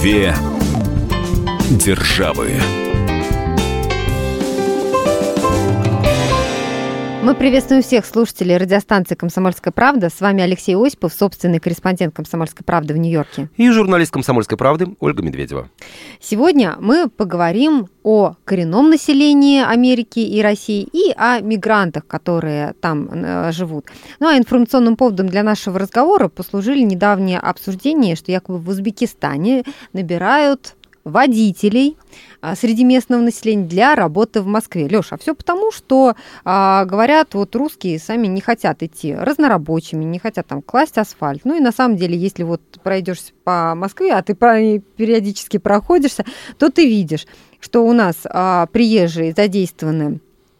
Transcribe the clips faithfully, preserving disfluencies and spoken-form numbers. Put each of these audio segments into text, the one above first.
Две державы. Мы приветствуем всех слушателей радиостанции «Комсомольская правда». С вами Алексей Осипов, собственный корреспондент «Комсомольской правды» в Нью-Йорке. И журналист «Комсомольской правды» Ольга Медведева. Сегодня мы поговорим о коренном населении Америки и России и о мигрантах, которые там э, живут. Ну а информационным поводом для нашего разговора послужили недавние обсуждения, что якобы в Узбекистане набирают водителей среди местного населения для работы в Москве. Лёша, а все потому, что, а, говорят, вот русские сами не хотят идти разнорабочими, не хотят там класть асфальт. Ну и на самом деле, если вот пройдешься по Москве, а ты периодически проходишься, то ты видишь, что у нас а, приезжие задействованы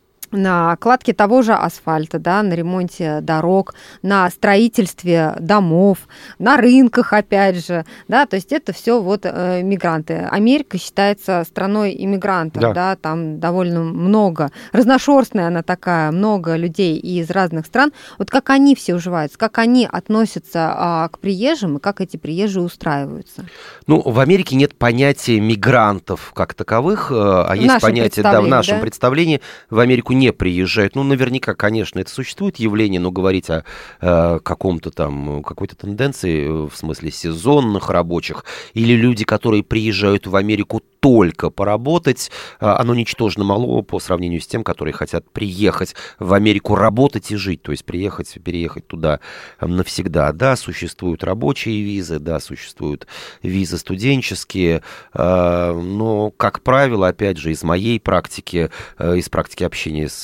на кладке того же асфальта, да, на ремонте дорог, на строительстве домов, на рынках, опять же, да, то есть это все вот э, мигранты. Америка считается страной иммигрантов, да. да, там довольно много, разношерстная она такая, много людей из разных стран. Вот как они все уживаются, как они относятся а, к приезжим и как эти приезжие устраиваются? Ну, в Америке нет понятия мигрантов как таковых, а в есть понятие, да, в нашем да? представлении. В Америку не приезжают. Ну, наверняка, конечно, это существует явление, но говорить о э, каком-то там, какой-то тенденции, в смысле сезонных рабочих, или люди, которые приезжают в Америку только поработать, оно ничтожно мало по сравнению с тем, которые хотят приехать в Америку работать и жить, то есть приехать, переехать туда навсегда. Да, существуют рабочие визы, да, существуют визы студенческие, но, как правило, опять же, из моей практики, из практики общения с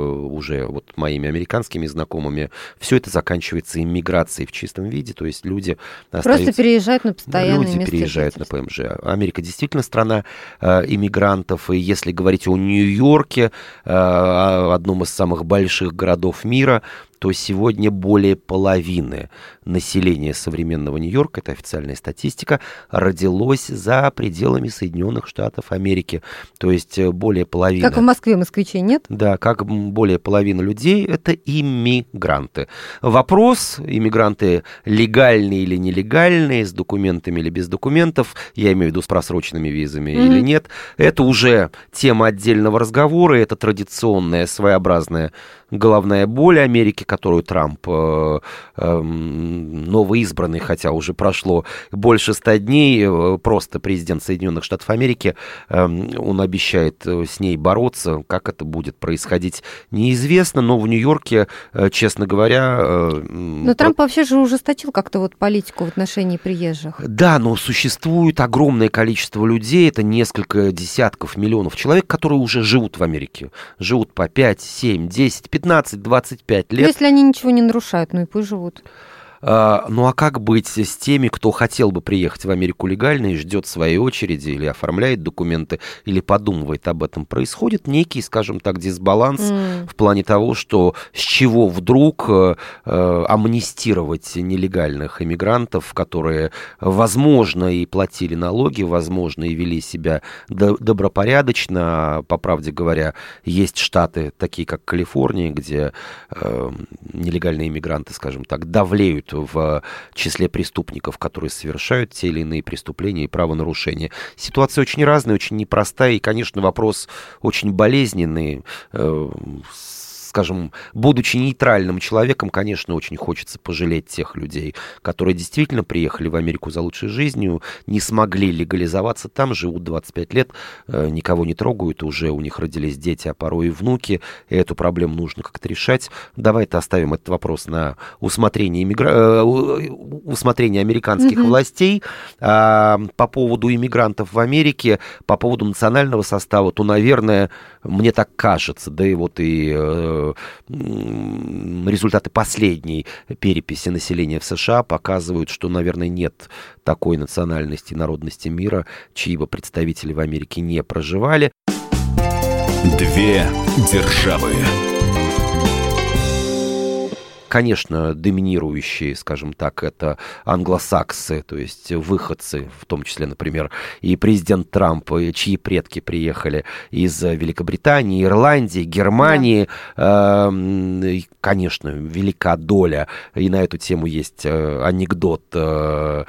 уже вот моими американскими знакомыми, все это заканчивается иммиграцией в чистом виде, то есть люди просто остаются, переезжают на постоянное люди место переезжают на ПМЖ. Америка действительно страна иммигрантов, и если говорить о Нью-Йорке, одном из самых больших городов мира, то сегодня более половины населения современного Нью-Йорка, это официальная статистика, родилось за пределами Соединенных Штатов Америки. То есть более половины... Как в Москве москвичей нет? Да, как более половины людей — это иммигранты. Вопрос, иммигранты легальные или нелегальные, с документами или без документов, я имею в виду с просроченными визами mm-hmm. или нет, это уже тема отдельного разговора, это традиционная своеобразная головная боль Америки, которую Трамп, э, э, новоизбранный, хотя уже прошло больше ста дней, э, просто президент Соединенных Штатов Америки, э, он обещает с ней бороться. Как это будет происходить, неизвестно, но в Нью-Йорке, э, честно говоря... Э, но Трамп про... вообще же ужесточил как-то вот политику в отношении приезжих. Да, но существует огромное количество людей, это несколько десятков миллионов человек, которые уже живут в Америке. Живут по пять, семь, десять, пятнадцать, двадцать пять лет. Если они ничего не нарушают, ну и пусть живут. Uh, ну а как быть с теми, кто хотел бы приехать в Америку легально и ждет своей очереди, или оформляет документы, или подумывает об этом? Происходит некий, скажем так, дисбаланс mm. в плане того, что с чего вдруг uh, uh, амнистировать нелегальных иммигрантов, которые, возможно, и платили налоги, возможно, и вели себя до- добропорядочно. По правде говоря, есть штаты, такие как Калифорния, где uh, нелегальные иммигранты, скажем так, давлеют в числе преступников, которые совершают те или иные преступления и правонарушения. Ситуация очень разная, очень непростая, и, конечно, вопрос очень болезненный. Скажем, будучи нейтральным человеком, конечно, очень хочется пожалеть тех людей, которые действительно приехали в Америку за лучшей жизнью, не смогли легализоваться там, живут двадцать пять лет, никого не трогают, уже у них родились дети, а порой и внуки, и эту проблему нужно как-то решать. Давай-то оставим этот вопрос на усмотрение, иммигра... усмотрение американских mm-hmm. властей. А по поводу иммигрантов в Америке, по поводу национального состава, то, наверное, мне так кажется, да и вот и результаты последней переписи населения в США показывают, что, наверное, нет такой национальности и народности мира, чьи бы представители в Америке не проживали. Две державы. конечно, доминирующие, скажем так, это англосаксы, то есть выходцы, в том числе, например, и президент Трамп, чьи предки приехали из Великобритании, Ирландии, Германии. Да. Э, конечно, велика доля, и на эту тему есть анекдот, э,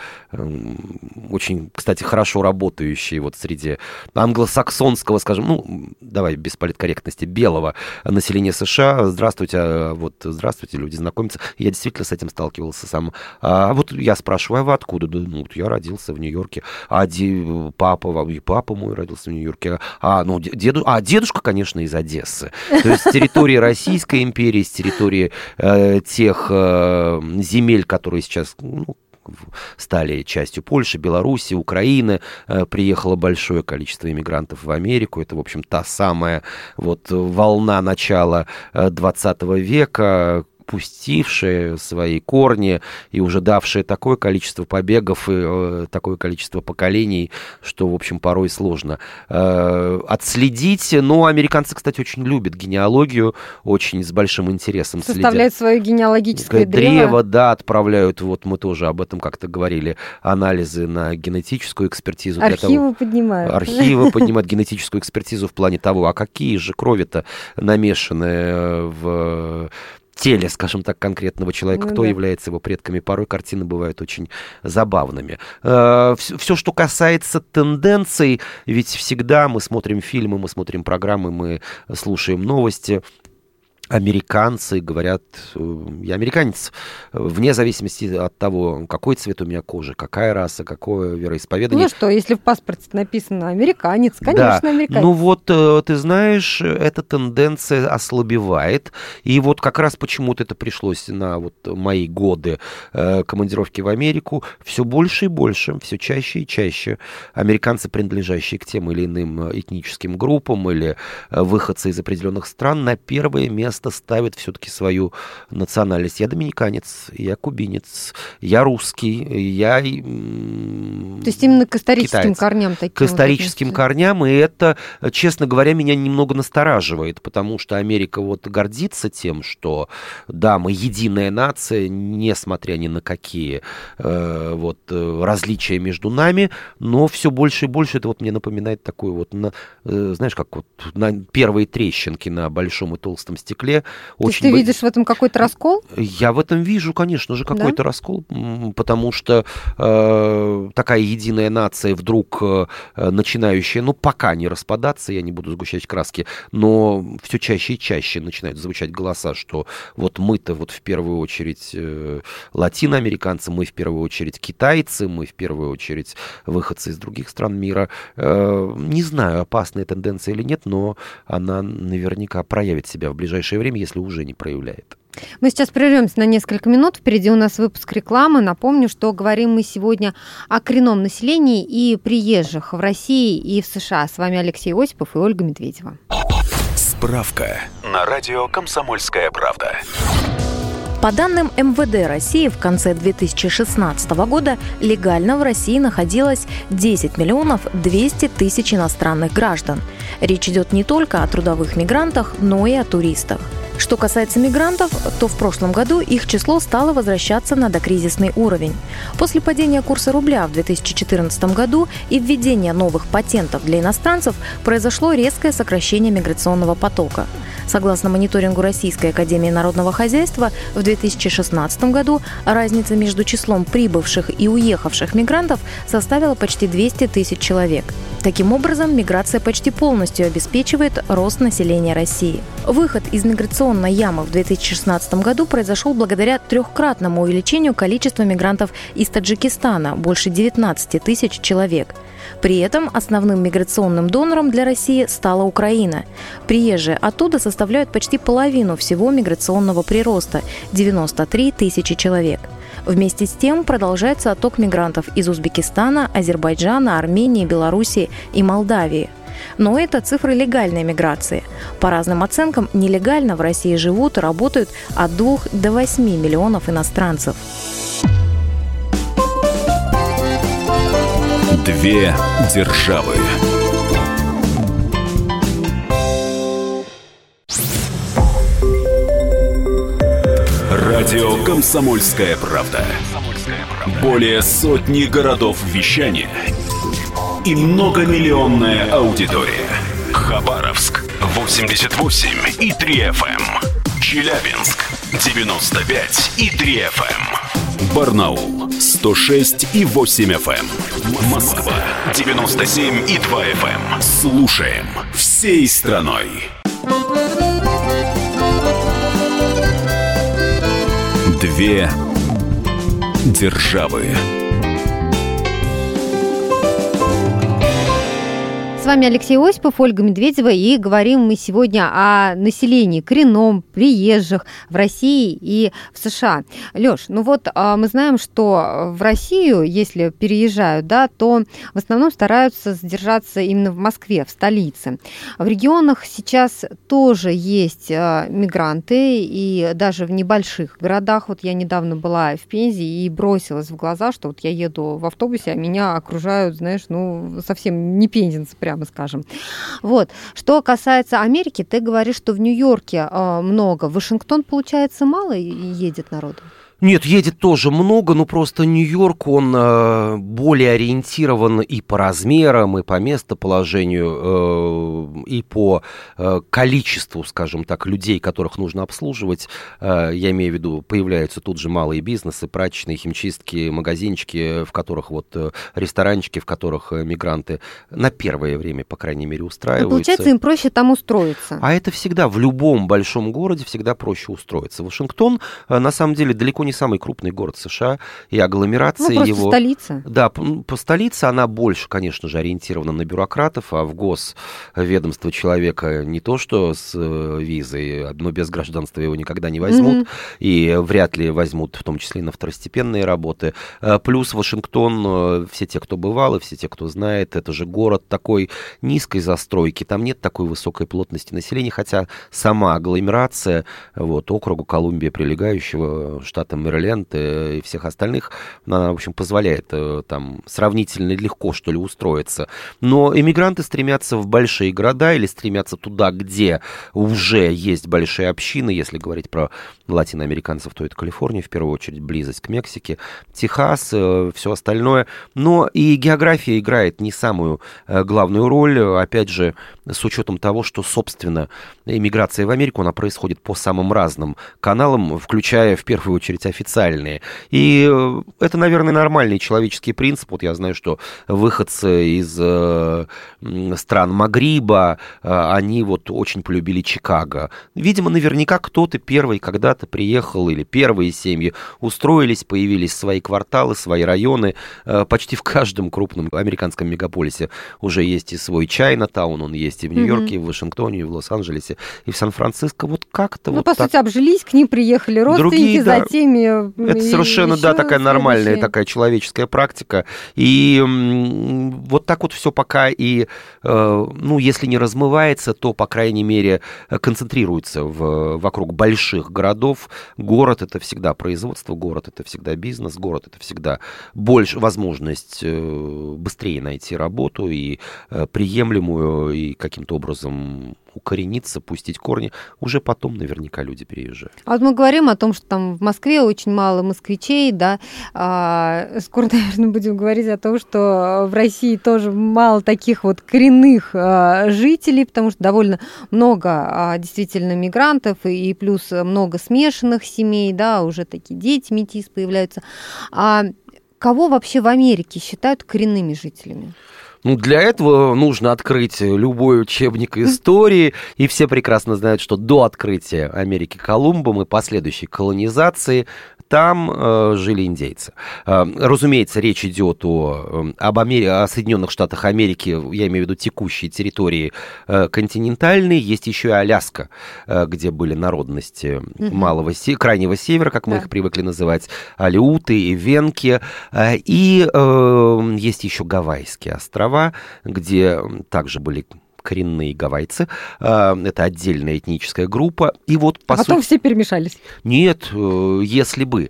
очень, кстати, хорошо работающий вот среди англосаксонского, скажем, ну, давай без политкорректности, белого населения США. Здравствуйте, вот, здравствуйте, люди знакомятся. Я действительно с этим сталкивался сам. А вот я спрашиваю, а вы откуда? Да, ну, вот я родился в Нью-Йорке. А ди, папа, и папа мой родился в Нью-Йорке. А, ну, деду, а дедушка, конечно, из Одессы. То есть с территории Российской империи, с территории э, тех э, земель, которые сейчас, ну, стали частью Польши, Беларуси, Украины. Приехало большое количество иммигрантов в Америку. Это, в общем, та самая вот волна начала двадцатого века, пустившие свои корни и уже давшие такое количество побегов и э, такое количество поколений, что, в общем, порой сложно э, отследить. Но американцы, кстати, очень любят генеалогию, очень с большим интересом составляют следят. Свое генеалогическое древо. Древо, да, отправляют, вот мы тоже об этом как-то говорили, анализы на генетическую экспертизу. Архивы для того, поднимают. Архивы поднимают генетическую экспертизу в плане того, а какие же крови-то намешаны в теле, скажем так, конкретного человека, ну, кто да. является его предками. Порой картины бывают очень забавными. Все, что касается тенденций, ведь всегда мы смотрим фильмы, мы смотрим программы, мы слушаем новости. Американцы говорят, я американец, вне зависимости от того, какой цвет у меня кожи, какая раса, какое вероисповедание. Ну что, если в паспорте написано американец, конечно, да. американец. Ну вот, ты знаешь, эта тенденция ослабевает, и вот как раз почему-то это пришлось на вот мои годы командировки в Америку, все больше и больше, все чаще и чаще американцы, принадлежащие к тем или иным этническим группам или выходцы из определенных стран, на первое место ставит все-таки свою национальность. Я доминиканец, я кубинец, я русский, я То есть именно к историческим китаец. корням таким. К историческим вот корням, и это, честно говоря, меня немного настораживает, потому что Америка вот гордится тем, что, да, мы единая нация, несмотря ни на какие э, вот различия между нами, но все больше и больше это вот мне напоминает такую вот, на, э, знаешь, как вот на первые трещинки на большом и толстом стекле. То есть ты б... видишь в этом какой-то раскол? Я в этом вижу, конечно же, какой-то да? раскол, потому что э, такая единая нация вдруг э, начинающая, ну, пока не распадаться, я не буду сгущать краски, но все чаще и чаще начинают звучать голоса, что вот мы-то вот в первую очередь э, латиноамериканцы, мы в первую очередь китайцы, мы в первую очередь выходцы из других стран мира. Э, не знаю, опасная тенденция или нет, но она наверняка проявит себя в ближайшее время, если уже не проявляет. Мы сейчас прервемся на несколько минут. Впереди у нас выпуск рекламы. Напомню, что говорим мы сегодня о коренном населении и приезжих в России и в США. С вами Алексей Осипов и Ольга Медведева. Справка на радио «Комсомольская правда». По данным эм вэ дэ России, в конце две тысячи шестнадцатого года легально в России находилось десять миллионов двести тысяч иностранных граждан. Речь идет не только о трудовых мигрантах, но и о туристах. Что касается мигрантов, то в прошлом году их число стало возвращаться на докризисный уровень. После падения курса рубля в две тысячи четырнадцатом году и введения новых патентов для иностранцев произошло резкое сокращение миграционного потока. Согласно мониторингу Российской академии народного хозяйства, в две тысячи шестнадцатом году разница между числом прибывших и уехавших мигрантов составила почти двести тысяч человек. Таким образом, миграция почти полностью обеспечивает рост населения России. Выход из миграционной ямы в две тысячи шестнадцатом году произошел благодаря трехкратному увеличению количества мигрантов из Таджикистана – больше девятнадцать тысяч человек. При этом основным миграционным донором для России стала Украина. Приезжие оттуда составляют почти половину всего миграционного прироста – девяносто три тысячи человек. Вместе с тем продолжается отток мигрантов из Узбекистана, Азербайджана, Армении, Белоруссии и Молдавии. Но это цифры легальной миграции. По разным оценкам, нелегально в России живут и работают от двух до восьми миллионов иностранцев. Две державы. Радио «Комсомольская правда». Более сотни городов вещания и многомиллионная аудитория. Хабаровск восемьдесят восемь и три эф эм. Челябинск девяносто пять и три эф эм. Барнаул сто шесть и восемь эф эм. Москва девяносто семь и два эф эм. Слушаем всей страной. Две державы. С вами Алексей Осипов, Ольга Медведева, и говорим мы сегодня о населении коренном, приезжих в России и в США. Лёш, ну вот мы знаем, что в Россию, если переезжают, да, то в основном стараются задержаться именно в Москве, в столице. В регионах сейчас тоже есть мигранты, и даже в небольших городах. Вот я недавно была в Пензе и бросилась в глаза, что вот я еду в автобусе, а меня окружают, знаешь, ну совсем не пензенцы прям, мы скажем. Вот. Что касается Америки, ты говоришь, что в Нью-Йорке э, много. В Вашингтон, получается, мало едет народу? Нет, едет тоже много, но просто Нью-Йорк, он э, более ориентирован и по размерам, и по местоположению, э, и по э, количеству, скажем так, людей, которых нужно обслуживать. Э, я имею в виду, появляются тут же малые бизнесы, прачечные, химчистки, магазинчики, в которых вот э, ресторанчики, в которых э, мигранты на первое время, по крайней мере, устраиваются. Но, получается, им проще там устроиться. А это всегда, в любом большом городе всегда проще устроиться. Вашингтон, э, на самом деле, далеко не самый крупный город США, и агломерация ну, просто его... столица. Да, по, по столице она больше, конечно же, ориентирована на бюрократов, а в госведомство человека не то что с э, визой, но без гражданства его никогда не возьмут, mm-hmm. и вряд ли возьмут, в том числе и на второстепенные работы. Плюс Вашингтон, все те, кто бывал, и все те, кто знает, это же город такой низкой застройки, там нет такой высокой плотности населения, хотя сама агломерация, вот, округу Колумбия, прилегающего штата Мэриленд и всех остальных, она, в общем, позволяет там сравнительно легко, что ли, устроиться. Но иммигранты стремятся в большие города или стремятся туда, где уже есть большие общины. Если говорить про латиноамериканцев, то это Калифорния, в первую очередь, близость к Мексике, Техас, все остальное. Но и география играет не самую главную роль, опять же, с учетом того, что, собственно, иммиграция в Америку, она происходит по самым разным каналам, включая, в первую очередь, официальные. И это, наверное, нормальный человеческий принцип. Вот я знаю, что выходцы из э, стран Магриба, э, они вот очень полюбили Чикаго. Видимо, наверняка кто-то первый когда-то приехал, или первые семьи устроились, появились свои кварталы, свои районы. Э, почти в каждом крупном американском мегаполисе уже есть и свой Чайна-таун, он есть и в Нью-Йорке, mm-hmm. и в Вашингтоне, и в Лос-Анджелесе, и в Сан-Франциско. Вот как-то ну, вот по так. сути, обжились, к ним приехали родственники, Другие, да. затем... Это совершенно, да, такая нормальная, такая человеческая практика. И м, вот так вот все пока и, э, ну, если не размывается, то, по крайней мере, концентрируется в, вокруг больших городов. Город — это всегда производство, город — это всегда бизнес, город — это всегда больше возможность э, быстрее найти работу и э, приемлемую, и каким-то образом укорениться, пустить корни, уже потом наверняка люди переезжают. А вот мы говорим о том, что там в Москве очень мало москвичей, да, а, скоро, наверное, будем говорить о том, что в России тоже мало таких вот коренных а, жителей, потому что довольно много а, действительно мигрантов и, и плюс много смешанных семей, да, уже такие дети метис появляются. А кого вообще в Америке считают коренными жителями? Ну, для этого нужно открыть любой учебник истории, и все прекрасно знают, что до открытия Америки Колумбом и последующей колонизации там э, жили индейцы. Э, разумеется, речь идет о, об Амери... о Соединенных Штатах Америки, я имею в виду текущей территории э, континентальной. Есть еще и Аляска, э, где были народности mm-hmm. малого, крайнего севера, как мы да. их привыкли называть, алеуты и венки. Э, и э, есть еще Гавайские острова, где также были коренные гавайцы. Это отдельная этническая группа. И вот, по а потом сути... все перемешались? Нет, если бы.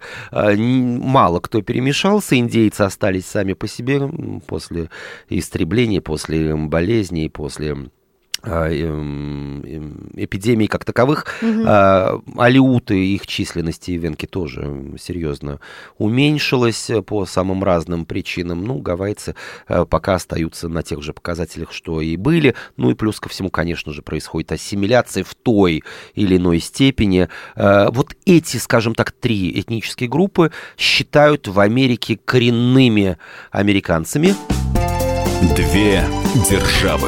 Мало кто перемешался, индейцы остались сами по себе после истребления, после болезней, после эпидемий как таковых, угу. алеуты, их численности и венки тоже серьезно уменьшилась по самым разным причинам. Ну, гавайцы пока остаются на тех же показателях, что и были. Ну и плюс ко всему, конечно же, происходит ассимиляция в той или иной степени. Вот эти, скажем так, три этнические группы считают в Америке коренными американцами. Две державы.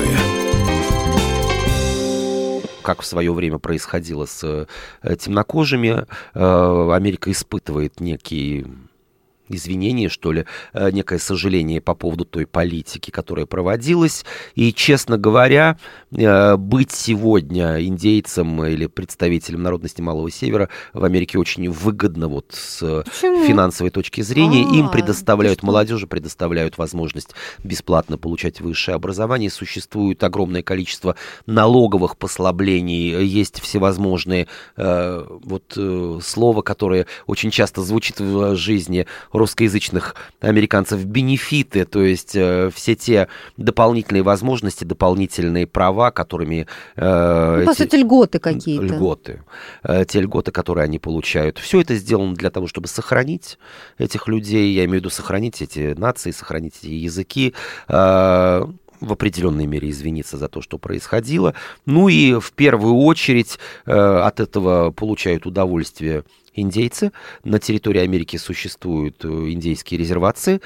Как в свое время происходило с темнокожими, Америка испытывает некий... извинения, что ли, некое сожаление по поводу той политики, которая проводилась. И, честно говоря, быть сегодня индейцем или представителем народности Малого Севера в Америке очень выгодно вот с Почему? финансовой точки зрения. А-а-а. Им предоставляют, молодежи предоставляют возможность бесплатно получать высшее образование. Существует огромное количество налоговых послаблений. Есть всевозможные э, вот э, слова, которые очень часто звучат в жизни русскоязычных американцев, бенефиты, то есть э, все те дополнительные возможности, дополнительные права, которыми... Э, ну, по сути, льготы какие-то. Льготы. Э, те льготы, которые они получают. Все это сделано для того, чтобы сохранить этих людей, я имею в виду сохранить эти нации, сохранить эти языки, э, в определенной мере извиниться за то, что происходило. Ну и в первую очередь э, от этого получают удовольствие индейцы. На территории Америки существуют индейские резервации.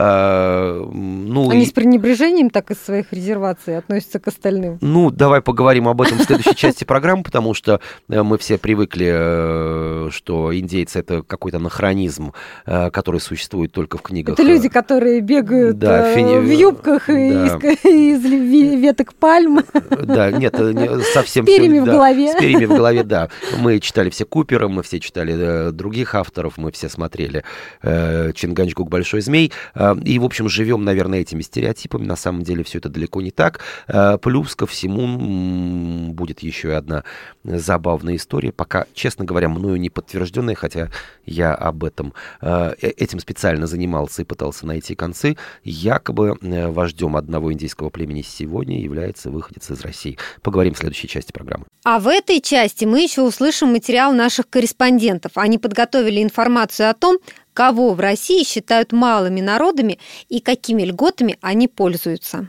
А, ну, Они и... с пренебрежением так из своих резерваций относятся к остальным? Ну, давай поговорим об этом в следующей части программы, потому что мы все привыкли, что индейцы — это какой-то анахронизм, который существует только в книгах. Это люди, которые бегают да, фини... в юбках да. из, из веток пальм. Да, нет, совсем... С перьями все, в да, голове. С перьями в голове, да. Мы читали все Купера, мы все читали других авторов, мы все смотрели э, «Чинганчгук. Большой змей», э, и, в общем, живем, наверное, этими стереотипами. На самом деле все это далеко не так. Э, плюс ко всему м- будет еще и одна забавная история, пока, честно говоря, мною не подтвержденная, хотя я об этом э, этим специально занимался и пытался найти концы. Якобы э, вождем одного индейского племени сегодня является выходец из России. Поговорим в следующей части программы. А в этой части мы еще услышим материал наших корреспондентов. Они подготовили информацию о том, кого в России считают малыми народами и какими льготами они пользуются.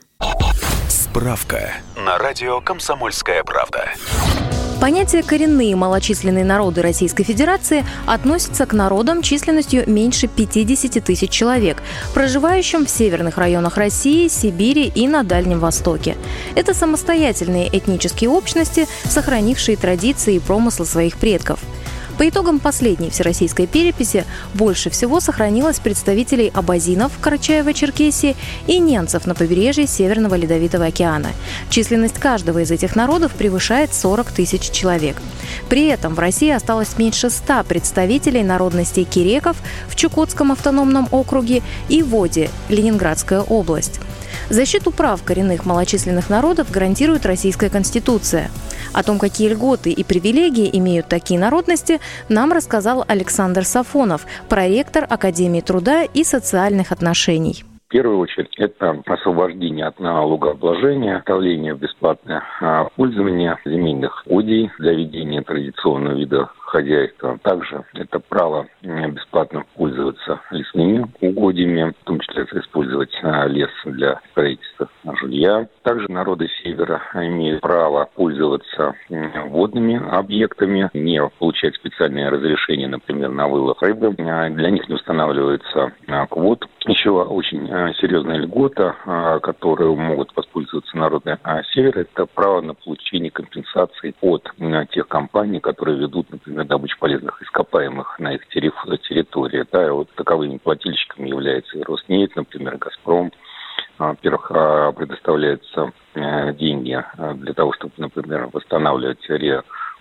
Справка на радио «Комсомольская правда». Понятие «коренные малочисленные народы Российской Федерации» относится к народам численностью меньше пятьдесят тысяч человек, проживающим в северных районах России, Сибири и на Дальнем Востоке. Это самостоятельные этнические общности, сохранившие традиции и промыслы своих предков. По итогам последней всероссийской переписи больше всего сохранилось представителей абазинов в Карачаево-Черкесии и ненцев на побережье Северного Ледовитого океана. Численность каждого из этих народов превышает сорок тысяч человек. При этом в России осталось меньше ста представителей народностей киреков в Чукотском автономном округе и Воде, Ленинградская область. Защиту прав коренных малочисленных народов гарантирует Российская Конституция. О том, какие льготы и привилегии имеют такие народности, нам рассказал Александр Сафонов, проректор Академии труда и социальных отношений. В первую очередь, это освобождение от налогообложения, оставление бесплатное пользование земельных угодий для ведения традиционного вида хозяйства. Также это право бесплатно пользоваться лесными угодьями, в том числе использовать лес для строительства жилья. Также народы Севера имеют право пользоваться водными объектами, не получать специальное разрешение, например, на вылов рыбы. Для них не устанавливается квот. Еще очень серьезная льгота, которую могут воспользоваться народы Севера, это право на получение компенсаций от тех компаний, которые ведут, например, добычу полезных ископаемых на их территории. Да, и вот таковыми плательщиками является и Роснефть, например, Газпром. Во-первых, предоставляются деньги для того, чтобы, например, восстанавливать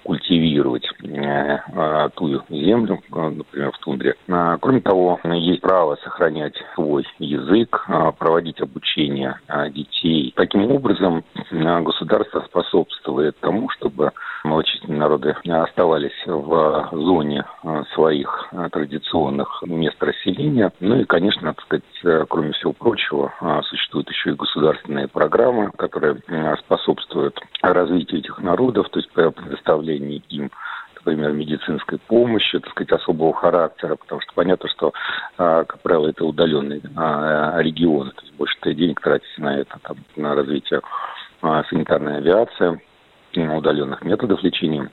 культивировать э, ту землю, например, в тундре. А, кроме того, есть право сохранять свой язык, проводить обучение детей. Таким образом, государство способствует тому, чтобы малочисленные народы оставались в зоне своих традиционных мест расселения. Ну и, конечно, так сказать, кроме всего прочего, существуют еще и государственные программы, которые способствуют развитию этих народов, то есть по предоставлению им, например, медицинской помощи, так сказать, особого характера, потому что понятно, что, как правило, это удаленные регионы, то есть больше денег тратить на это, там, на развитие санитарной авиации, на удаленных методов лечения.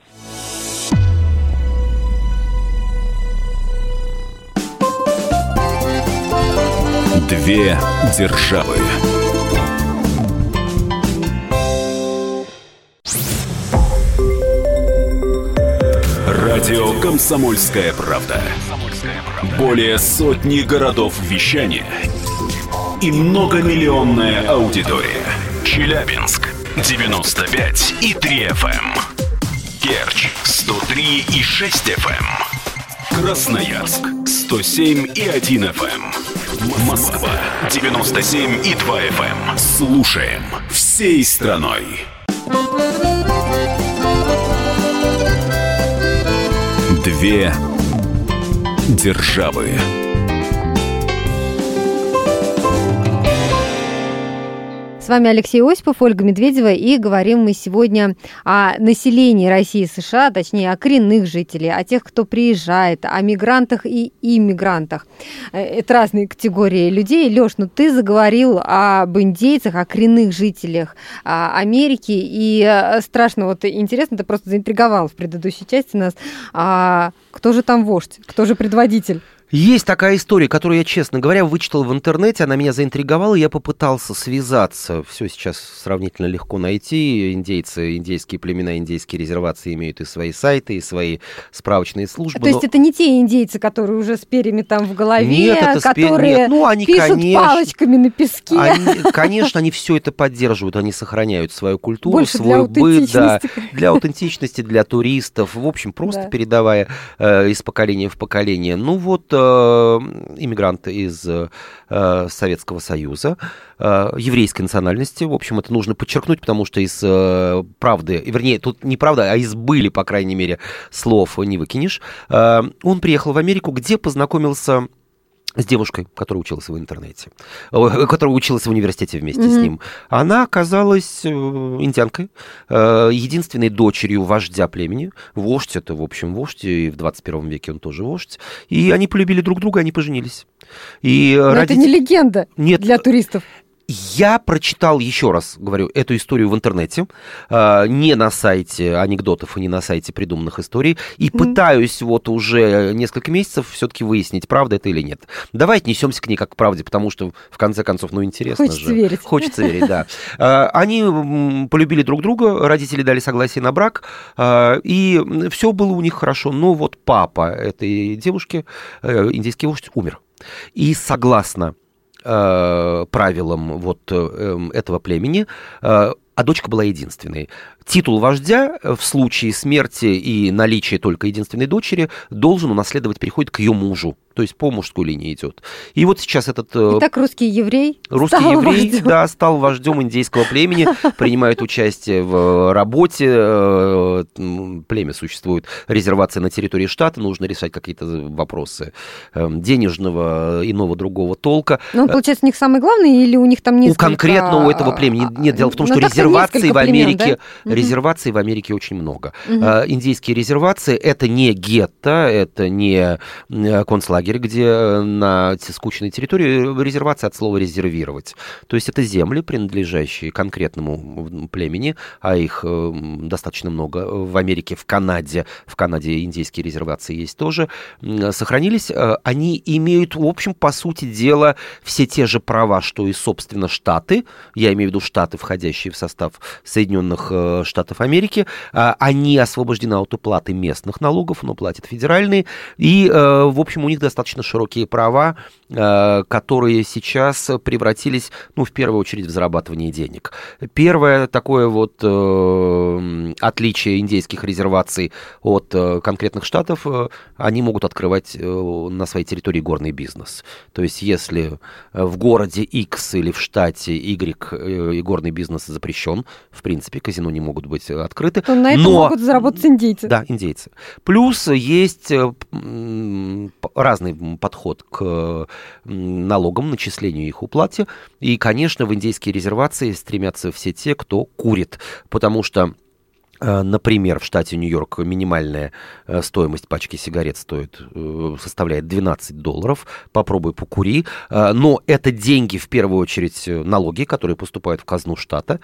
Две державы. Радио «Комсомольская правда». Более сотни городов вещания и многомиллионная аудитория. Челябинск девяносто пять и три эф эм, Керчь сто три и шесть эф эм, Красноярск сто семь и один эф эм, Москва девяносто семь и два эф эм. Слушаем всей страной. Две державы. С вами Алексей Осипов, Ольга Медведева, и говорим мы сегодня о населении России и США, точнее, о коренных жителях, о тех, кто приезжает, о мигрантах и иммигрантах. Это разные категории людей. Лёш, ну ты заговорил об индейцах, о коренных жителях Америки, и страшно, вот интересно, ты просто заинтриговал в предыдущей части нас, а кто же там вождь, кто же предводитель? Есть такая история, которую я, честно говоря, вычитал в интернете, она меня заинтриговала, я попытался связаться. Все сейчас сравнительно легко найти. Индейцы, индейские племена, индейские резервации имеют и свои сайты, и свои справочные службы. То но... есть это не те индейцы, которые уже с перьями там в голове, Нет, это которые Нет. Ну, они, пишут конечно, палочками на песке? Они, конечно, они все это поддерживают, они сохраняют свою культуру, больше свой быт, да, для для аутентичности, для туристов, в общем, просто да. передавая э, из поколения в поколение. Ну вот, иммигранты из э, Советского Союза, э, еврейской национальности. В общем, это нужно подчеркнуть, потому что из э, правды, вернее, тут не правда, а из были, по крайней мере, слов не выкинешь. Э, он приехал в Америку, где познакомился с девушкой, которая училась в интернете, которая училась в университете вместе mm-hmm. с ним. Она оказалась индианкой, единственной дочерью вождя племени. Вождь, это, в общем, вождь, и в двадцать первом веке он тоже вождь. И они полюбили друг друга, они поженились. И Но родители... это не легенда Нет. для туристов. Я прочитал, еще раз говорю, эту историю в интернете, э, не на сайте анекдотов и не на сайте придуманных историй, и mm-hmm. пытаюсь вот уже несколько месяцев все-таки выяснить, правда это или нет. Давай отнесемся к ней как к правде, потому что, в конце концов, ну, интересно Хочется же. Хочется верить. Хочется верить, да. Э, они полюбили друг друга, родители дали согласие на брак, э, и все было у них хорошо. Но вот папа этой девушки, э, индейский вождь, умер. И согласно правилам вот этого племени, а дочка была единственной. Титул вождя в случае смерти и наличия только единственной дочери должен унаследовать, переходит к ее мужу. То есть по мужской линии идет. И вот сейчас этот... Итак, русский еврей Русский стал еврей, вождем. да, стал вождем индейского племени, принимает участие в работе. Племя существует, резервация на территории штата, нужно решать какие-то вопросы денежного, иного, другого толка. Ну, получается, у них самый главный или у них там несколько... У конкретно у этого племени. Нет, дело в том, что ну, резервации в Америке... Да? Резерваций в Америке очень много. Угу. Индейские резервации — это не гетто, это не концлагерь, где на скучной территории. Резервация от слова «резервировать». То есть это земли, принадлежащие конкретному племени, а их достаточно много в Америке, в Канаде. В Канаде индейские резервации есть тоже. Сохранились. Они имеют, в общем, по сути дела, все те же права, что и, собственно, Штаты. Я имею в виду Штаты, входящие в состав Соединенных Штатов Америки. Они освобождены от уплаты местных налогов, но платят федеральные. И, в общем, у них достаточно широкие права, которые сейчас превратились, ну, в первую очередь, в зарабатывание денег. Первое такое вот э, отличие индейских резерваций от э, конкретных штатов, э, они могут открывать э, на своей территории горный бизнес. То есть, если в городе X или в штате Y э, горный бизнес запрещен, в принципе, казино не могут быть открыты. То на это но... могут заработать индейцы. Да, индейцы. Плюс есть э, разный подход к налогам, начислению их уплате. И, конечно, в индейские резервации стремятся все те, кто курит. Потому что, например, в штате Нью-Йорк минимальная стоимость пачки сигарет стоит, составляет двенадцать долларов. Попробуй покури. Но это деньги, в первую очередь, налоги, которые поступают в казну штата.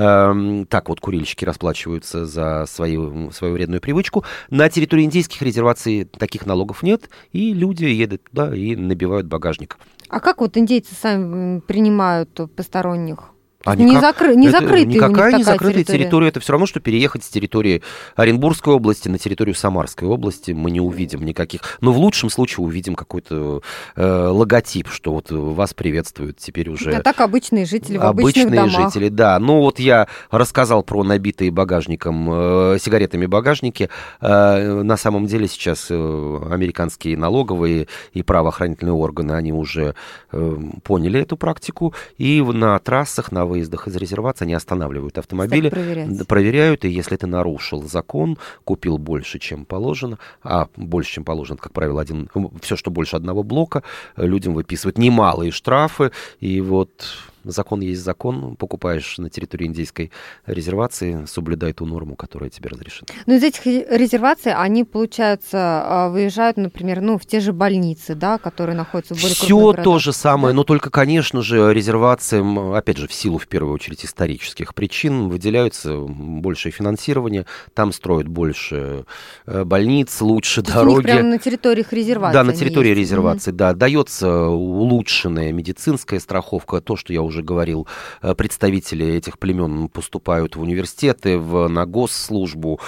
Так вот курильщики расплачиваются за свою, свою вредную привычку. На территории индейских резерваций таких налогов нет, и люди едут туда и набивают багажник. А как вот индейцы сами принимают посторонних? А не никак, закры, не это, закрытая никакая не закрытая территория. территория. Это все равно, что переехать с территории Оренбургской области на территорию Самарской области. Мы не увидим никаких... Но в лучшем случае увидим какой-то э, логотип, что вот вас приветствуют теперь уже... А так обычные жители в обычные обычных домах. жители, да. Ну вот я рассказал про набитые багажником, э, сигаретами багажники. Э, на самом деле сейчас э, американские налоговые и правоохранительные органы, они уже э, поняли эту практику. И на трассах, на выездах из резервации они останавливают автомобили, проверяют, и если ты нарушил закон, купил больше, чем положено, а больше, чем положено, как правило, один, все, что больше одного блока, людям выписывают немалые штрафы, и вот... Закон есть закон, покупаешь на территории индейской резервации, соблюдай ту норму, которая тебе разрешена. Но из этих резерваций они, получается, выезжают, например, ну, в те же больницы, да, которые находятся в более крупных городах. Все то же самое, да? Но только, конечно же, резервациям, опять же, в силу, в первую очередь, исторических причин, выделяются большее финансирование, там строят больше больниц, лучше то дороги. У них прямо на территориях резервации. Да, на территории есть. резервации, mm-hmm. да. Дается улучшенная медицинская страховка, то, что я уже говорил, представители этих племен поступают в университеты, в, на госслужбу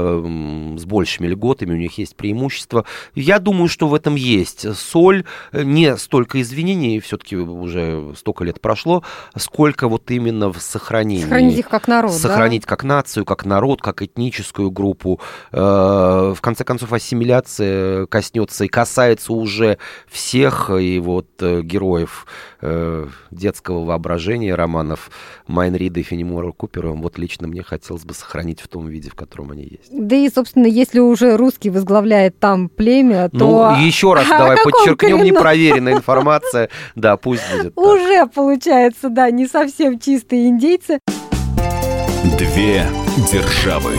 э, с большими льготами, у них есть преимущества. Я думаю, что в этом есть соль, не столько извинений, все-таки уже столько лет прошло, сколько вот именно в сохранении. Сохранить их как народ, Сохранить да? как нацию, как народ, как этническую группу. Э, в конце концов, ассимиляция коснется и касается уже всех, и вот э, героев э, детского воображения романов Майн Рида и Фенемора Купера, вот лично мне хотелось бы сохранить в том виде, в котором они есть. Да и, собственно, если уже русский возглавляет там племя, то... Ну, еще раз а давай подчеркнем, коренном... непроверенная информация. Да, пусть будет так. Уже, получается, да, не совсем чистые индейцы. Две державы.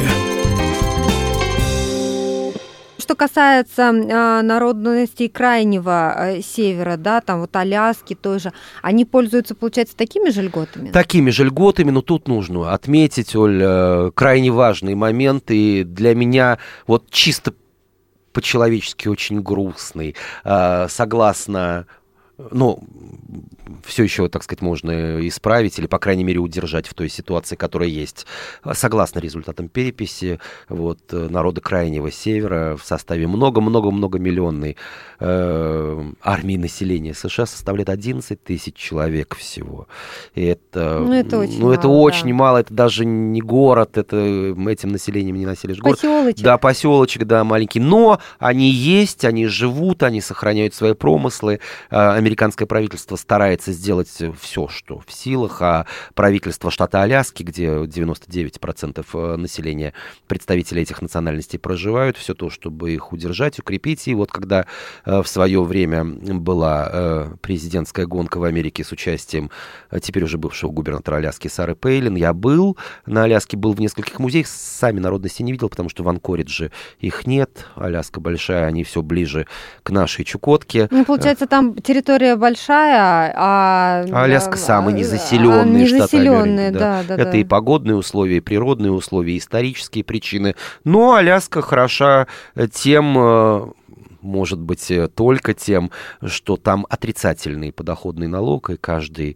Что касается э, народностей крайнего э, севера, да, там вот Аляски тоже, они пользуются, получается, такими же льготами? Такими же льготами, но тут нужно отметить, Оль, э, крайне важный момент, и для меня вот чисто по-человечески очень грустный. Э, согласно... Ну, все еще, так сказать, можно исправить или, по крайней мере, удержать в той ситуации, которая есть. Согласно результатам переписи, вот, народа Крайнего Севера в составе много-много-много миллионной э, армии населения США составляет одиннадцать тысяч человек всего. И это, ну, это очень ну, мало. Это очень да. мало, это даже не город, это, этим населением не населишь город. Поселочек. Да, поселочек, да, маленький. Но они есть, они живут, они сохраняют свои промыслы. Американское правительство старается сделать все, что в силах, а правительство штата Аляски, где девяносто девять процентов населения представителей этих национальностей проживают, все то, чтобы их удержать, укрепить. И вот когда в свое время была президентская гонка в Америке с участием теперь уже бывшего губернатора Аляски Сары Пейлин, я был на Аляске, был в нескольких музеях, сами народности не видел, потому что в Анкоридже их нет, Аляска большая, они все ближе к нашей Чукотке. Ну, получается, там территория большая, а... а Аляска самый незаселенный а, штат незаселенный, Америки. Да. Да, да, Это да. и погодные условия, и природные условия, и исторические причины. Но Аляска хороша тем... может быть только тем, что там отрицательный подоходный налог, и каждый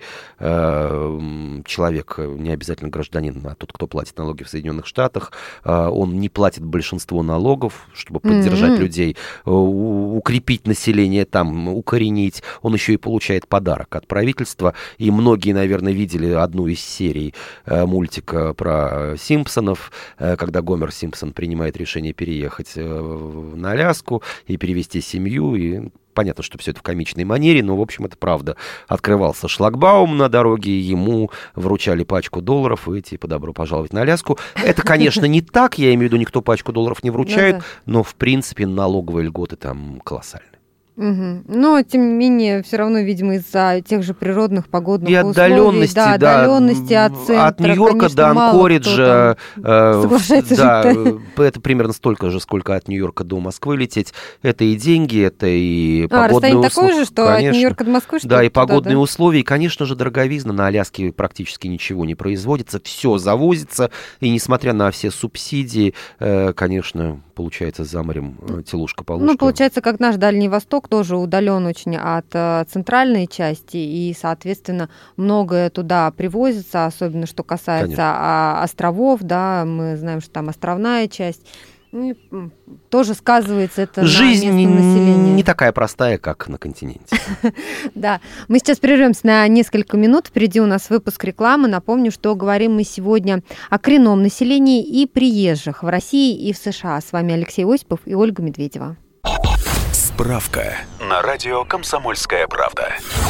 э, человек, не обязательно гражданин, а тот, кто платит налоги в Соединенных Штатах, э, он не платит большинство налогов, чтобы поддержать mm-hmm. людей, э, укрепить население там, укоренить. Он еще и получает подарок от правительства. И многие, наверное, видели одну из серий э, мультика про Симпсонов, э, когда Гомер Симпсон принимает решение переехать э, на Аляску и перевести семью, и понятно, что все это в комичной манере, но, в общем, это правда. Открывался шлагбаум на дороге, ему вручали пачку долларов, и типа «добро пожаловать на Аляску». Это, конечно, не так, я имею в виду, никто пачку долларов не вручает, ну, да. но, в принципе, налоговые льготы там колоссальные. Угу. Но, тем не менее, все равно, видимо, из-за тех же природных, погодных и условий, отдаленности, да, да, отдаленности от центра, от Нью-Йорка конечно, до Анкориджа, э, соглашается да, жить. Это примерно столько же, сколько от Нью-Йорка до Москвы лететь. Это и деньги, это и а, погодные условия. такое же, что конечно. От Нью-Йорка до Москвы? Что да, и туда, погодные да? условия, и, конечно же, дороговизна. На Аляске практически ничего не производится, все завозится, и несмотря на все субсидии, конечно, получается, за морем телушка-полушка. Ну, получается, как наш Дальний Восток, тоже удален очень от э, центральной части, и, соответственно, многое туда привозится, особенно что касается а, островов, да, мы знаем, что там островная часть. Ну, тоже сказывается это Жизнь на местном населении. Не такая простая, как на континенте. Да, мы сейчас прервемся на несколько минут. Впереди у нас выпуск рекламы. Напомню, что говорим мы сегодня о коренном населении и приезжих в России и в США. С вами Алексей Осипов и Ольга Медведева. Справка на радио «Комсомольская правда».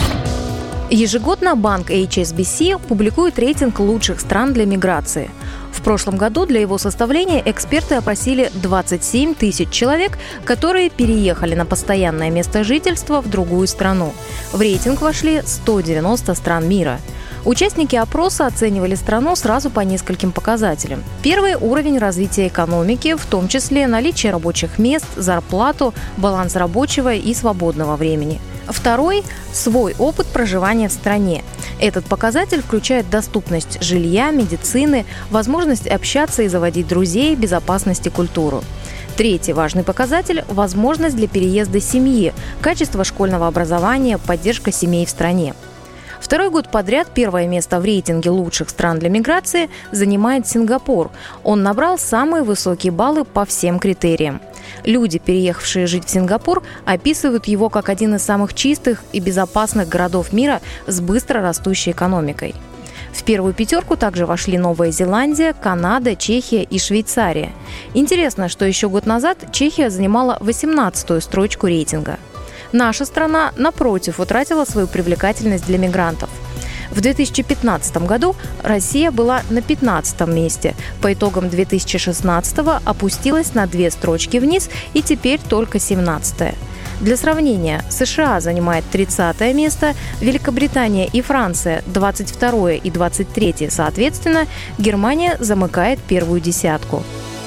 Ежегодно банк эйч эс би си публикует рейтинг лучших стран для миграции. В прошлом году для его составления эксперты опросили двадцать семь тысяч человек, которые переехали на постоянное место жительства в другую страну. В рейтинг вошли сто девяносто стран мира. Участники опроса оценивали страну сразу по нескольким показателям. Первый – уровень развития экономики, в том числе наличие рабочих мест, зарплату, баланс рабочего и свободного времени. Второй – свой опыт проживания в стране. Этот показатель включает доступность жилья, медицины, возможность общаться и заводить друзей, безопасность и культуру. Третий важный показатель – возможность для переезда семьи, качество школьного образования, поддержка семей в стране. Второй год подряд первое место в рейтинге лучших стран для миграции занимает Сингапур. Он набрал самые высокие баллы по всем критериям. Люди, переехавшие жить в Сингапур, описывают его как один из самых чистых и безопасных городов мира с быстро растущей экономикой. В первую пятерку также вошли Новая Зеландия, Канада, Чехия и Швейцария. Интересно, что еще год назад Чехия занимала восемнадцатую строчку рейтинга. Наша страна, напротив, утратила свою привлекательность для мигрантов. В две тысячи пятнадцатом году Россия была на пятнадцатом месте. По итогам две тысячи шестнадцатого опустилась на две строчки вниз и теперь только семнадцатое. Для сравнения, США занимает тридцатое место, Великобритания и Франция двадцать второе и двадцать третье соответственно, Германия замыкает первую десятку.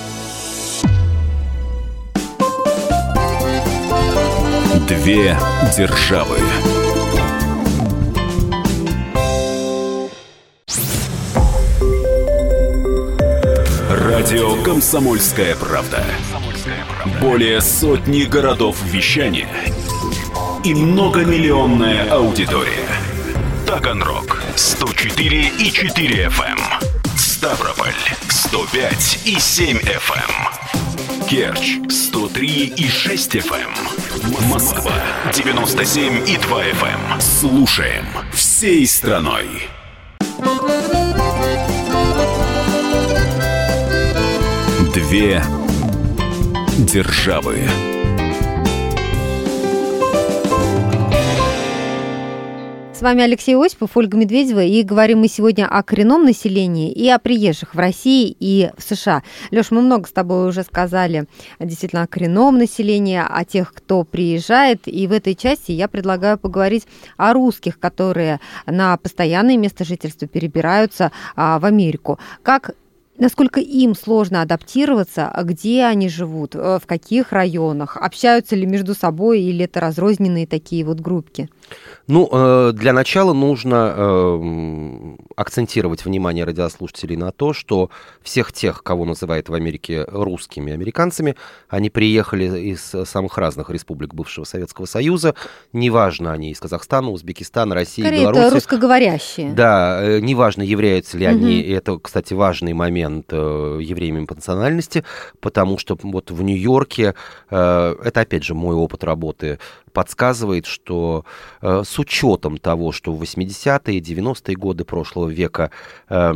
Две державы. Радио «Комсомольская правда». Более сотни городов вещания и многомиллионная аудитория. Таганрог сто четыре и четыре эф эм, Ставрополь сто пять и семь эф эм, Керчь сто три и шесть эф эм, Москва девяносто семь и два эф эм. Слушаем всей страной. Две державы. С вами Алексей Осипов, Ольга Медведева, и говорим мы сегодня о коренном населении и о приезжих в России и в США. Лёш, мы много с тобой уже сказали действительно о коренном населении, о тех, кто приезжает, и в этой части я предлагаю поговорить о русских, которые на постоянное место жительства перебираются а, в Америку. Как Насколько им сложно адаптироваться, где они живут, в каких районах, общаются ли между собой или это разрозненные такие вот группки? Ну, для начала нужно акцентировать внимание радиослушателей на то, что всех тех, кого называют в Америке русскими американцами, они приехали из самых разных республик бывшего Советского Союза, неважно, они из Казахстана, Узбекистана, России, Скорее, Беларуси. Это русскоговорящие. Да, неважно, являются ли они, Угу. и это, кстати, важный момент, евреями по национальности, потому что вот в Нью-Йорке, это, опять же, мой опыт работы, подсказывает, что э, с учетом того, что в восьмидесятые, девяностые годы прошлого века э,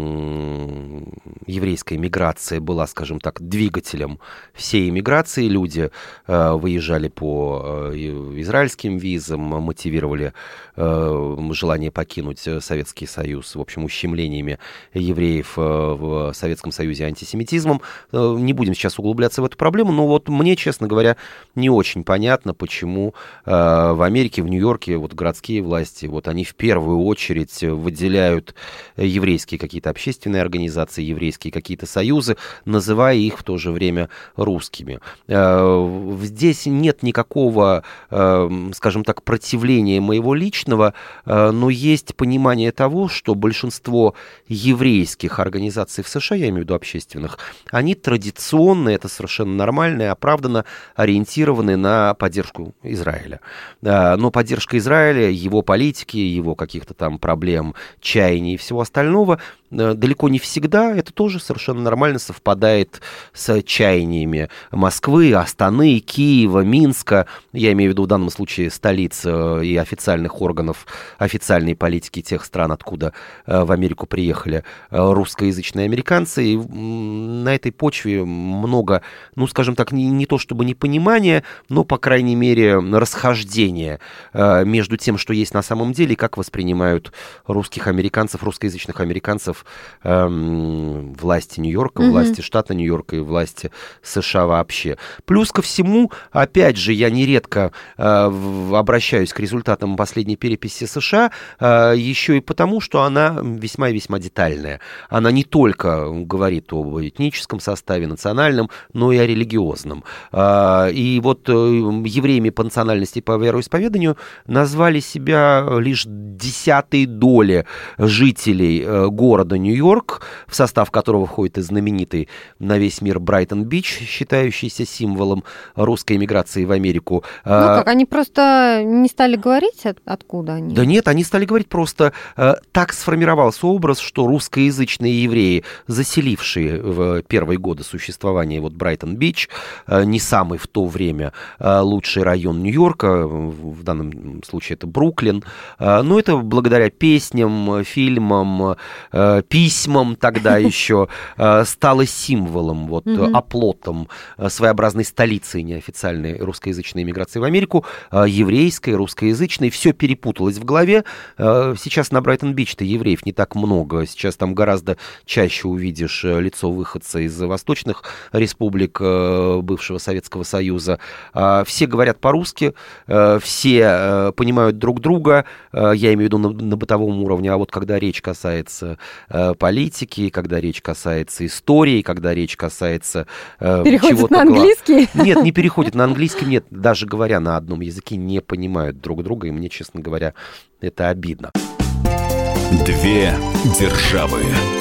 еврейская миграция была, скажем так, двигателем всей иммиграции, люди э, выезжали по э, израильским визам, мотивировали э, желание покинуть Советский Союз, в общем, ущемлениями евреев э, в Советском Союзе, антисемитизмом. Э, не будем сейчас углубляться в эту проблему, но вот мне, честно говоря, не очень понятно, почему в Америке, в Нью-Йорке, вот городские власти, вот они в первую очередь выделяют еврейские какие-то общественные организации, еврейские какие-то союзы, называя их в то же время русскими. Здесь нет никакого, скажем так, противления моего личного, но есть понимание того, что большинство еврейских организаций в США, я имею в виду общественных, они традиционно, это совершенно нормально и оправданно ориентированы на поддержку Израиля. Израиля. Но поддержка Израиля, его политики, его каких-то там проблем, чаяний и всего остального далеко не всегда, это тоже совершенно нормально совпадает с чаяниями Москвы, Астаны, Киева, Минска, я имею в виду в данном случае столиц и официальных органов официальной политики тех стран, откуда в Америку приехали русскоязычные американцы. И на этой почве много, ну, скажем так, не, не то чтобы непонимания, но, по крайней мере, расхождения между тем, что есть на самом деле, и как воспринимают русских американцев, русскоязычных американцев эм, власти Нью-Йорка, mm-hmm. власти штата Нью-Йорка и власти США вообще. Плюс ко всему, опять же, я нередко э, обращаюсь к результатам последней переписи США, э, еще и потому, что она весьма и весьма детальная. Она не только говорит об этническом составе, национальном, но и о религиозном. Э, и вот э, евреями по национальности и по вероисповеданию назвали себя лишь десятые доли жителей э, города Нью-Йорк, в состав которого входит и знаменитый на весь мир Брайтон-Бич, считающийся символом русской эмиграции в Америку. Ну как, они просто не стали говорить, от, откуда они? Да нет, они стали говорить просто, э, так сформировался образ, что русскоязычные евреи, заселившие в первые годы существования вот Брайтон-Бич, э, не самый в то время э, лучший район Нью-Йорка, в данном случае это Бруклин, э, но это благодаря песням, фильмам, э, письмам тогда еще э, стало символом, вот, mm-hmm. оплотом э, своеобразной столицы неофициальной русскоязычной эмиграции в Америку, э, еврейской, русскоязычной, все перепуталось в голове. Э, сейчас на Брайтон-Бич-то евреев не так много, сейчас там гораздо чаще увидишь лицо выходца из восточных республик э, бывшего Советского Союза. Э, все говорят по-русски, э, все э, понимают друг друга, э, я имею в виду на, на бытовом уровне, а вот когда речь касается э, политики, когда речь касается истории, когда речь касается э, переходит чего-то... на английский? Нет, не переходит на английский, нет, даже говоря на одном языке, не понимают друг друга, и мне, честно говоря, это обидно. Две державы.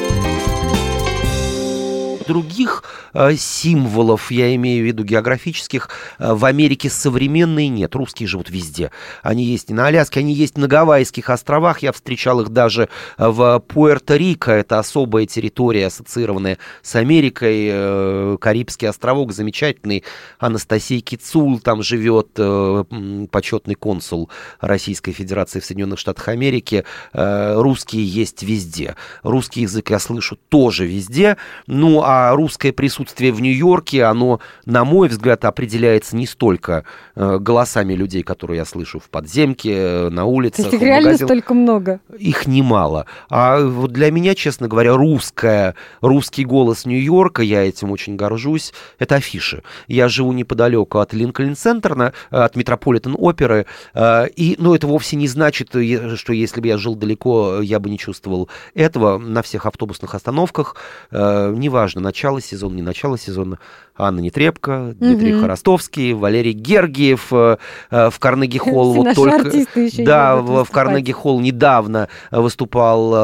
Других э, символов, я имею в виду географических, э, в Америке современные нет. Русские живут везде. Они есть и на Аляске, они есть на Гавайских островах. Я встречал их даже в Пуэрто-Рико. Это особая территория, ассоциированная с Америкой. Э, Карибский островок замечательный. Анастасия Кицул там живет, э, почетный консул Российской Федерации в Соединенных Штатах Америки. Э, русские есть везде. Русский язык я слышу тоже везде. Ну, а А русское присутствие в Нью-Йорке, оно, на мой взгляд, определяется не столько э, голосами людей, которые я слышу в подземке, э, на улицах. То есть их реально столько много? Их немало. А вот для меня, честно говоря, русская, русский голос Нью-Йорка, я этим очень горжусь, это афиши. Я живу неподалеку от Линкольн-центра, от Метрополитен-оперы, э, и, ну, это вовсе не значит, что если бы я жил далеко, я бы не чувствовал этого. На всех автобусных остановках, э, неважно, начало сезона, не начало сезона, Анна Нетребко, Дмитрий mm-hmm. Хоростовский, Валерий Гергиев э, э, в Карнеги-холл. Вот только, да, в, в Карнеги-холл недавно выступал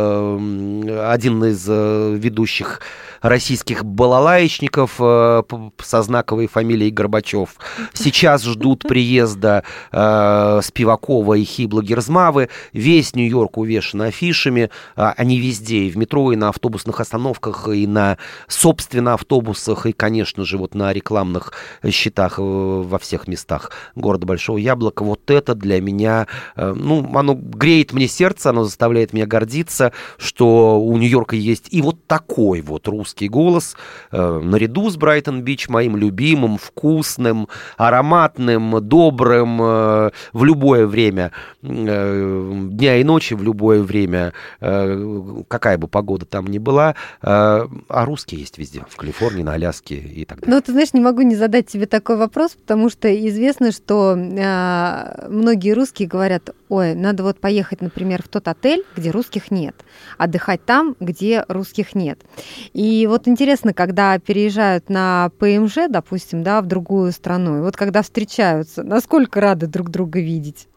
э, один из э, ведущих российских балалаечников э, со знаковой фамилией Горбачев. Сейчас ждут приезда э, Спивакова и Хибла Герзмавы. Весь Нью-Йорк увешан афишами. Э, они везде, и в метро, и на автобусных остановках, и на, собственно, автобусах, и, конечно же, вот на рекламных счетах э, во всех местах города Большого Яблока. Вот это для меня, э, ну, оно греет мне сердце, оно заставляет меня гордиться, что у Нью-Йорка есть и вот такой вот русский голос, э, наряду с Брайтон-Бич, моим любимым, вкусным, ароматным, добрым, э, в любое время э, дня и ночи, в любое время, э, какая бы погода там ни была, э, а русские есть везде, в Калифорнии, на Аляске и так далее. Ну, ты знаешь, не могу не задать тебе такой вопрос, потому что известно, что э, многие русские говорят: ой, надо вот поехать, например, в тот отель, где русских нет, отдыхать там, где русских нет. И вот интересно, когда переезжают на ПМЖ, допустим, да, в другую страну, и вот когда встречаются, насколько рады друг друга видеть?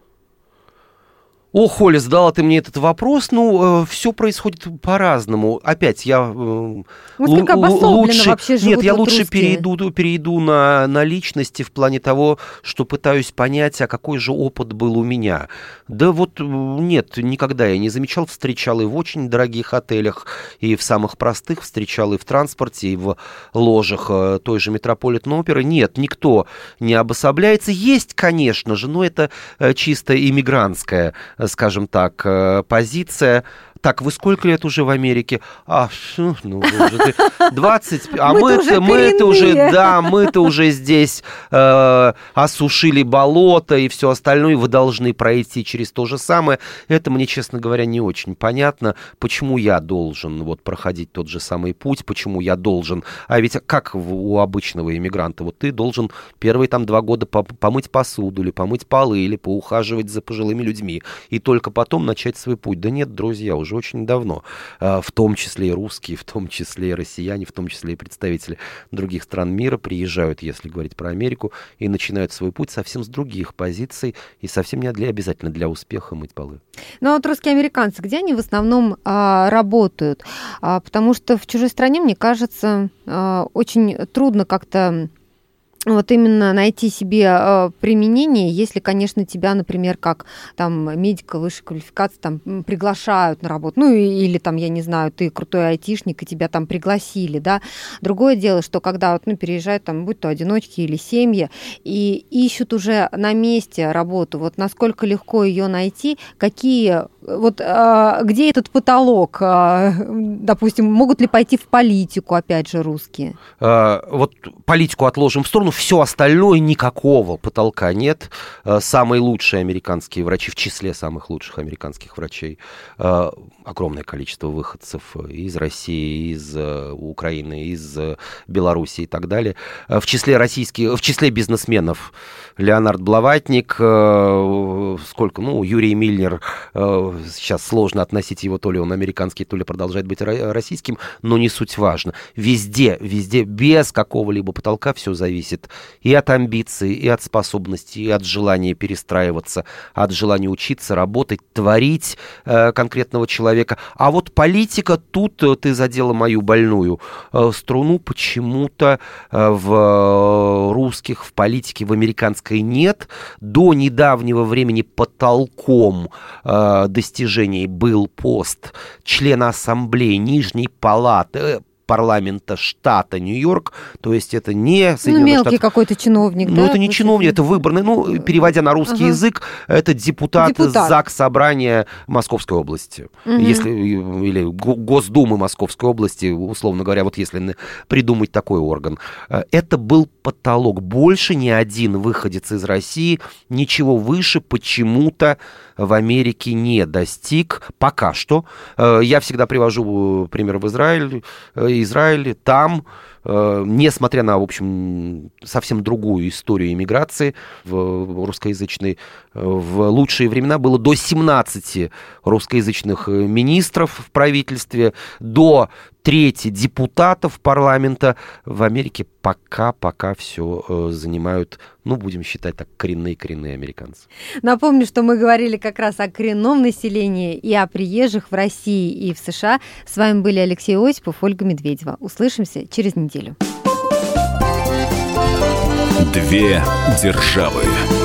Ох, Оля, задала ты мне этот вопрос. Ну, э, все происходит по-разному. Опять я э, Насколько л- лучше, вообще живут нет, я вот лучше русские? перейду, перейду на, на личности в плане того, что пытаюсь понять, а какой же опыт был у меня. Да вот нет, никогда я не замечал, встречал и в очень дорогих отелях, и в самых простых, встречал и в транспорте, и в ложах э, той же Метрополитен-оперы. Нет, никто не обособляется. Есть, конечно же, но это э, чисто иммигрантская, скажем так, позиция. Так, вы сколько лет уже в Америке? А, ну, уже двадцать. А мы-то, мы-то уже, да, мы-то уже здесь э, осушили болото и все остальное. Вы должны пройти через то же самое. Это мне, честно говоря, не очень понятно, почему я должен вот проходить тот же самый путь, почему я должен. А ведь как у обычного иммигранта? Вот ты должен первые там два года помыть посуду или помыть полы, или поухаживать за пожилыми людьми, и только потом начать свой путь. Да нет, друзья, уже очень давно, в том числе и русские, в том числе и россияне, в том числе и представители других стран мира приезжают, если говорить про Америку, и начинают свой путь совсем с других позиций и совсем не для, обязательно для успеха мыть полы. Ну а вот русские американцы, где они в основном а, работают? А, потому что в чужой стране, мне кажется, а, очень трудно как-то вот именно найти себе э, применение, если, конечно, тебя, например, как там медика высшей квалификации там приглашают на работу, ну или там, я не знаю, ты крутой айтишник, и тебя там пригласили, да. Другое дело, что когда вот, ну, переезжают там, будь то одиночки или семьи, и ищут уже на месте работу, вот насколько легко ее найти, какие, вот э, где этот потолок, э, допустим, могут ли пойти в политику, опять же, русские? А, вот политику отложим в сторону. Все остальное, никакого потолка нет. Самые лучшие американские врачи, в числе самых лучших американских врачей, огромное количество выходцев из России, из Украины, из Беларуси и так далее. В числе российских, в числе бизнесменов Леонард Блаватник, сколько, ну, Юрий Мильнер, сейчас сложно относить его, то ли он американский, то ли продолжает быть российским, но не суть важно. Везде, везде, без какого-либо потолка все зависит и от амбиций, и от способностей, и от желания перестраиваться, от желания учиться, работать, творить э, конкретного человека. А вот политика, тут э, ты задела мою больную э, струну. Почему-то э, в русских, в политике, в американской нет. До недавнего времени потолком э, достижений был пост члена Ассамблеи Нижней Палаты, парламента штата Нью-Йорк, то есть это не Ну, мелкий Штат... какой-то чиновник, ну, да? Ну, это не чиновник, это выборный, ну, переводя на русский ага. язык, это депутат, депутат. ЗАГС Собрания Московской области, угу. если, или Госдумы Московской области, условно говоря, вот если придумать такой орган. Это был потолок. Больше ни один выходец из России ничего выше почему-то в Америке не достиг пока что. Я всегда привожу пример в Израиль. Израиль там, несмотря на, в общем, совсем другую историю иммиграции в русскоязычной, в лучшие времена было до семнадцати русскоязычных министров в правительстве, до трети депутатов парламента. В Америке пока-пока все занимают, ну, будем считать так, коренные-коренные американцы. Напомню, что мы говорили как раз о коренном населении и о приезжих в России и в США. С вами были Алексей Осипов, Ольга Медведева. Услышимся через неделю. Две державы.